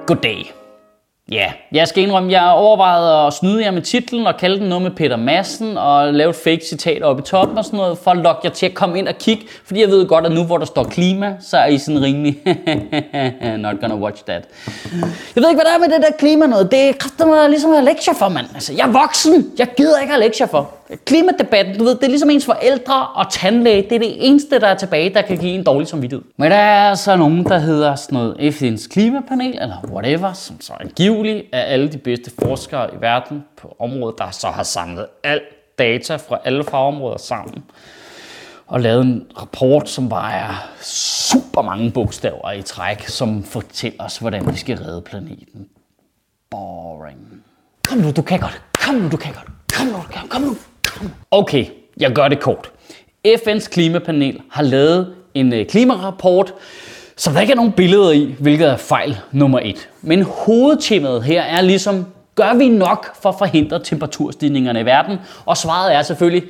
Goddag. Ja, jeg skal indrømme, jeg overvejede at snyde jer med titlen og kalde den noget med Peter Madsen og lave et fake citat oppe i toppen og sådan noget, for at lokke jer til at komme ind og kigge, fordi jeg ved godt, at nu hvor der står klima, så er I sådan rimelig not gonna watch that. Jeg ved ikke, hvad der er med det der klima noget. Det kræfter mig ligesom at have lektier for, mand. Altså, jeg er voksen. Jeg gider ikke have lektier for. Klimadebatten, du ved, det er ligesom ens forældre og tandlæge. Det er det eneste, der er tilbage, der kan give en dårlig samvittighed. Men der er så nogen, der hedder sådan noget FN's klimapanel, eller whatever, som så angiveligt er alle de bedste forskere i verden på området, der så har samlet alt data fra alle fagområder sammen og lavet en rapport, som bare er super mange bogstaver i træk, som fortæller os, hvordan vi skal redde planeten. Boring. Kom nu, du kan godt. Kom nu, du kan godt. Kom nu. Okay, jeg gør det kort. FN's klimapanel har lavet en klimarapport, som der ikke er nogen billeder i, hvilket er fejl nummer 1. Men hovedtemaet her er ligesom, gør vi nok for at forhindre temperaturstigningerne i verden? Og svaret er selvfølgelig,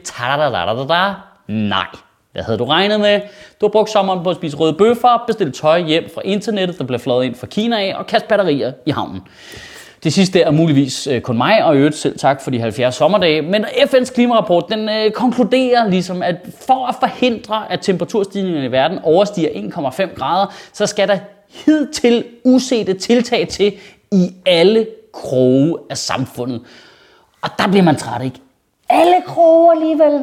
nej. Hvad havde du regnet med? Du har brugt sommeren på at spise røde bøffer, bestille tøj hjem fra internettet, der bliver fløjet ind fra Kina af, og kaste batterier i havnen. Det sidste er muligvis kun mig, og i øvrigt selv tak for de 70 sommerdage. Men FN's klimarapport, den konkluderer ligesom, at for at forhindre, at temperaturstigningerne i verden overstiger 1,5 grader, så skal der hidtil usete tiltag til i alle kroge af samfundet. Og der bliver man træt, ikke? Alle kroge alligevel,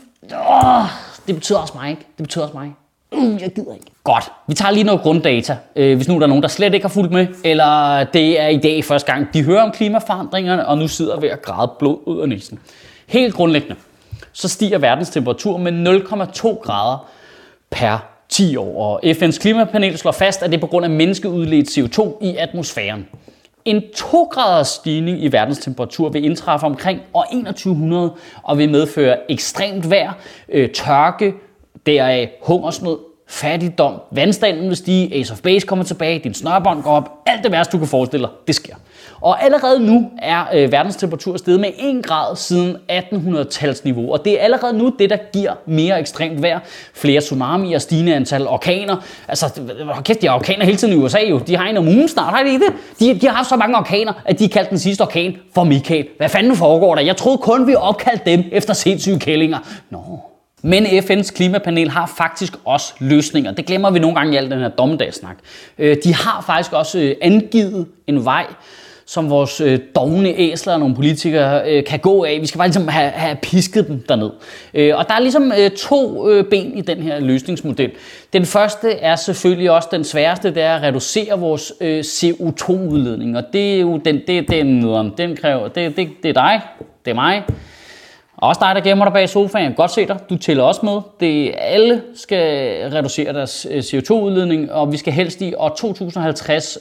det betyder også mig, ikke? Det betyder også mig. Jeg gider ikke. Godt. Vi tager lige noget grunddata, hvis nu der er nogen, der slet ikke har fulgt med, eller det er i dag første gang, de hører om klimaforandringerne, og nu sidder ved at græde blod ud af næsen. Helt grundlæggende, så stiger verdens temperatur med 0,2 grader per 10 år, og FN's klimapanel slår fast, at det er på grund af menneskeudledt CO2 i atmosfæren. En 2-graders stigning i verdens temperatur vil indtræffe omkring år 2100 og vil medføre ekstremt vejr, tørke, deraf hungersnød, fattigdom, vandstanden vil stige, Ace of Base kommer tilbage, din snørbånd går op, alt det værste du kan forestille dig, det sker. Og allerede nu er verdens temperatur steget med 1 grad siden 1800-talsniveau, og det er allerede nu det, der giver mere ekstremt vejr, flere tsunamier, stigende antal orkaner. Altså, kæft, de har orkaner hele tiden i USA jo, de har en om ugen snart, har de ikke det? De har haft så mange orkaner, at de kaldte den sidste orkan for Michael. Hvad fanden foregår der? Jeg troede kun, vi opkaldte dem efter sindssyge kællinger. Nå. Men FN's klimapanel har faktisk også løsninger. Det glemmer vi nogle gange i al den her dommedagssnak. De har faktisk også angivet en vej, som vores dovne æsler og nogle politikere kan gå af. Vi skal bare ligesom have pisket dem derned. Og der er ligesom 2 ben i den her løsningsmodel. Den første er selvfølgelig også den sværeste, det er at reducere vores CO2-udledning. Og det er jo den kræver, det er dig, det er mig. Også dig, der gemmer dig bag sofaen. Jeg kan godt se dig. Du tæller også med. Alle skal reducere deres CO2-udledning, og vi skal helst i år 2050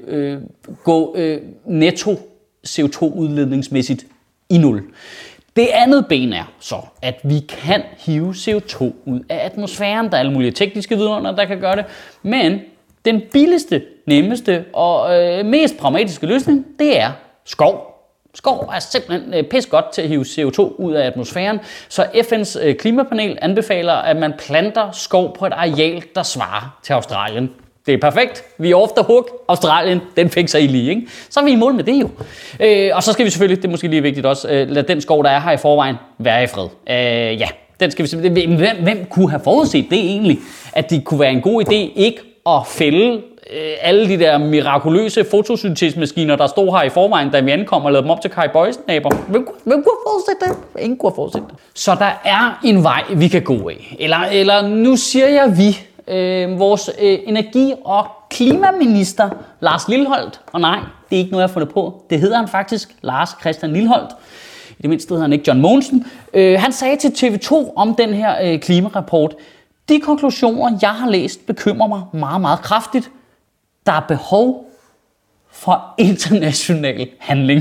gå netto CO2-udledningsmæssigt i 0. Det andet ben er så, at vi kan hive CO2 ud af atmosfæren. Der er alle mulige tekniske vidunder, der kan gøre det. Men den billigste, nemmeste og mest pragmatiske løsning, det er skov. Skov er simpelthen pis godt til at hive CO2 ud af atmosfæren, så FN's klimapanel anbefaler, at man planter skov på et areal, der svarer til Australien. Det er perfekt. Vi er off the hook. Australien, den fikser I lige, ikke? Så er vi i mål med det jo. Og så skal vi selvfølgelig, det er måske lige vigtigt også, lade den skov, der er her i forvejen, være i fred. Ja, den skal vi simpelthen. Hvem kunne have forudset det egentlig? At det kunne være en god idé ikke at fælde alle de der mirakuløse fotosyntesemaskiner, der stod her i forvejen, da vi ankom og lavede dem op til Kai Boys-naber. Hvem kunne have forudset det? Ingen kunne have forudset det. Så der er en vej, vi kan gå af. Eller nu siger jeg vi. Vores energi- og klimaminister, Lars Lilholt. Og nej, det er ikke noget, jeg har fundet på. Det hedder han faktisk, Lars Christian Lilholt. I det mindste hedder han ikke John Mogensen. Han sagde til TV2 om den her klimarapport: de konklusioner, jeg har læst, bekymrer mig meget, meget kraftigt. Der er behov for international handling.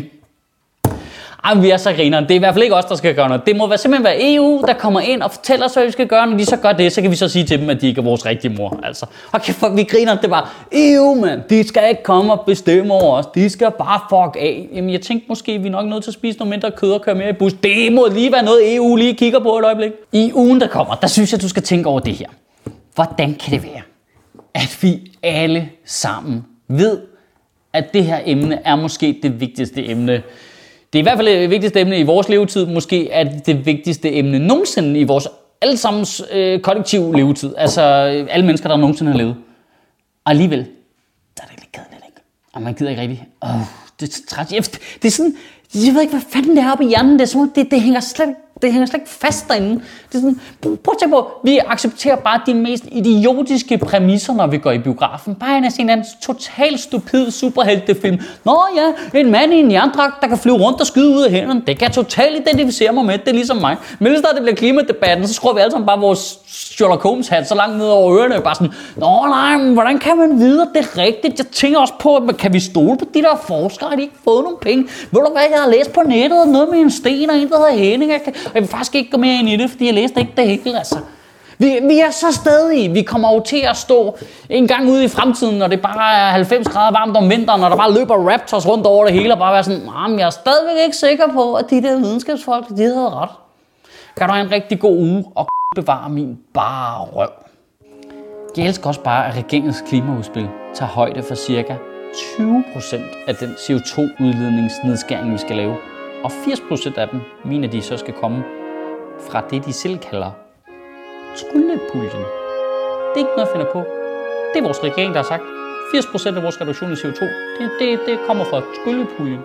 Ej, vi er så grineren. Det er i hvert fald ikke os, der skal gøre noget. Det må simpelthen være EU, der kommer ind og fortæller os, hvad vi skal gøre. Når de så gør det, så kan vi så sige til dem, at de ikke er vores rigtige mor. Altså, okay, vi griner, det var EU, mand. De skal ikke komme og bestemme over os. De skal bare fuck af. Jamen, jeg tænkte måske, vi er nok nødt til at spise noget mindre kød og køre mere i bus. Det må lige være noget, EU lige kigger på et øjeblik. I ugen, der kommer, der synes jeg, du skal tænke over det her. Hvordan kan det være, at vi alle sammen ved, at det her emne er måske det vigtigste emne. Det er i hvert fald det vigtigste emne i vores levetid. Måske er det det vigtigste emne nogensinde i vores allesammens kollektiv levetid. Altså alle mennesker, der nogensinde har levet. Og alligevel, der er det lidt kedeligt, ikke? Og man gider ikke rigtigt. Det er så træt. Det er sådan, jeg ved ikke, hvad fanden det er oppe i hjernen. Det er som om, det hænger slet ikke fast derinde. Det er sådan, prøv at tænke på, vi accepterer bare de mest idiotiske præmisser, når vi går i biografen. Bare en af sin anden totalt stupid superheltefilm. Nå ja, en mand i en jerndragt, der kan flyve rundt og skyde ud af hænderne. Det kan jeg totalt identificere mig med. Det er ligesom mig. Men hvis der det bliver klimadebatten, så skruer vi alle sammen bare vores Sherlock Holmes hat så langt ned over ørerne. Bare sådan, nå nej, men hvordan kan man vide, at det er rigtigt? Jeg tænker også på, kan vi stole på de der forskere? Har de ikke fået nogen penge? Ved du hvad, jeg har læst på nettet noget med en sten og en, der hedder Henning. Jeg vil faktisk ikke gå mere ind i det, fordi jeg læste ikke det hele, altså. Vi er så stadig. Vi kommer jo til at stå en gang ude i fremtiden, når det bare er 90 grader varmt om vinteren, og der bare løber raptors rundt over det hele, og bare være sådan, men jeg er stadigvæk ikke sikker på, at de der videnskabsfolk, de havde ret. Kan du have en rigtig god uge, og bevare min bare røv. Jeg elsker også bare, at regeringens klimaudspil tager højde for cirka 20% af den CO2-udledningsnedskæring, vi skal lave. Og 80% af dem, mener de, så skal komme fra det, de selv kalder tryllepuljen. Det er ikke noget, jeg finder på. Det er vores regering, der har sagt. 80% af vores reduktion i CO2, det kommer fra tryllepuljen.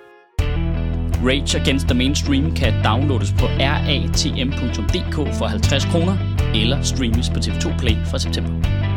Rage Against the Mainstream kan downloades på ratm.dk for 50 kroner, eller streames på TV2 Play fra september.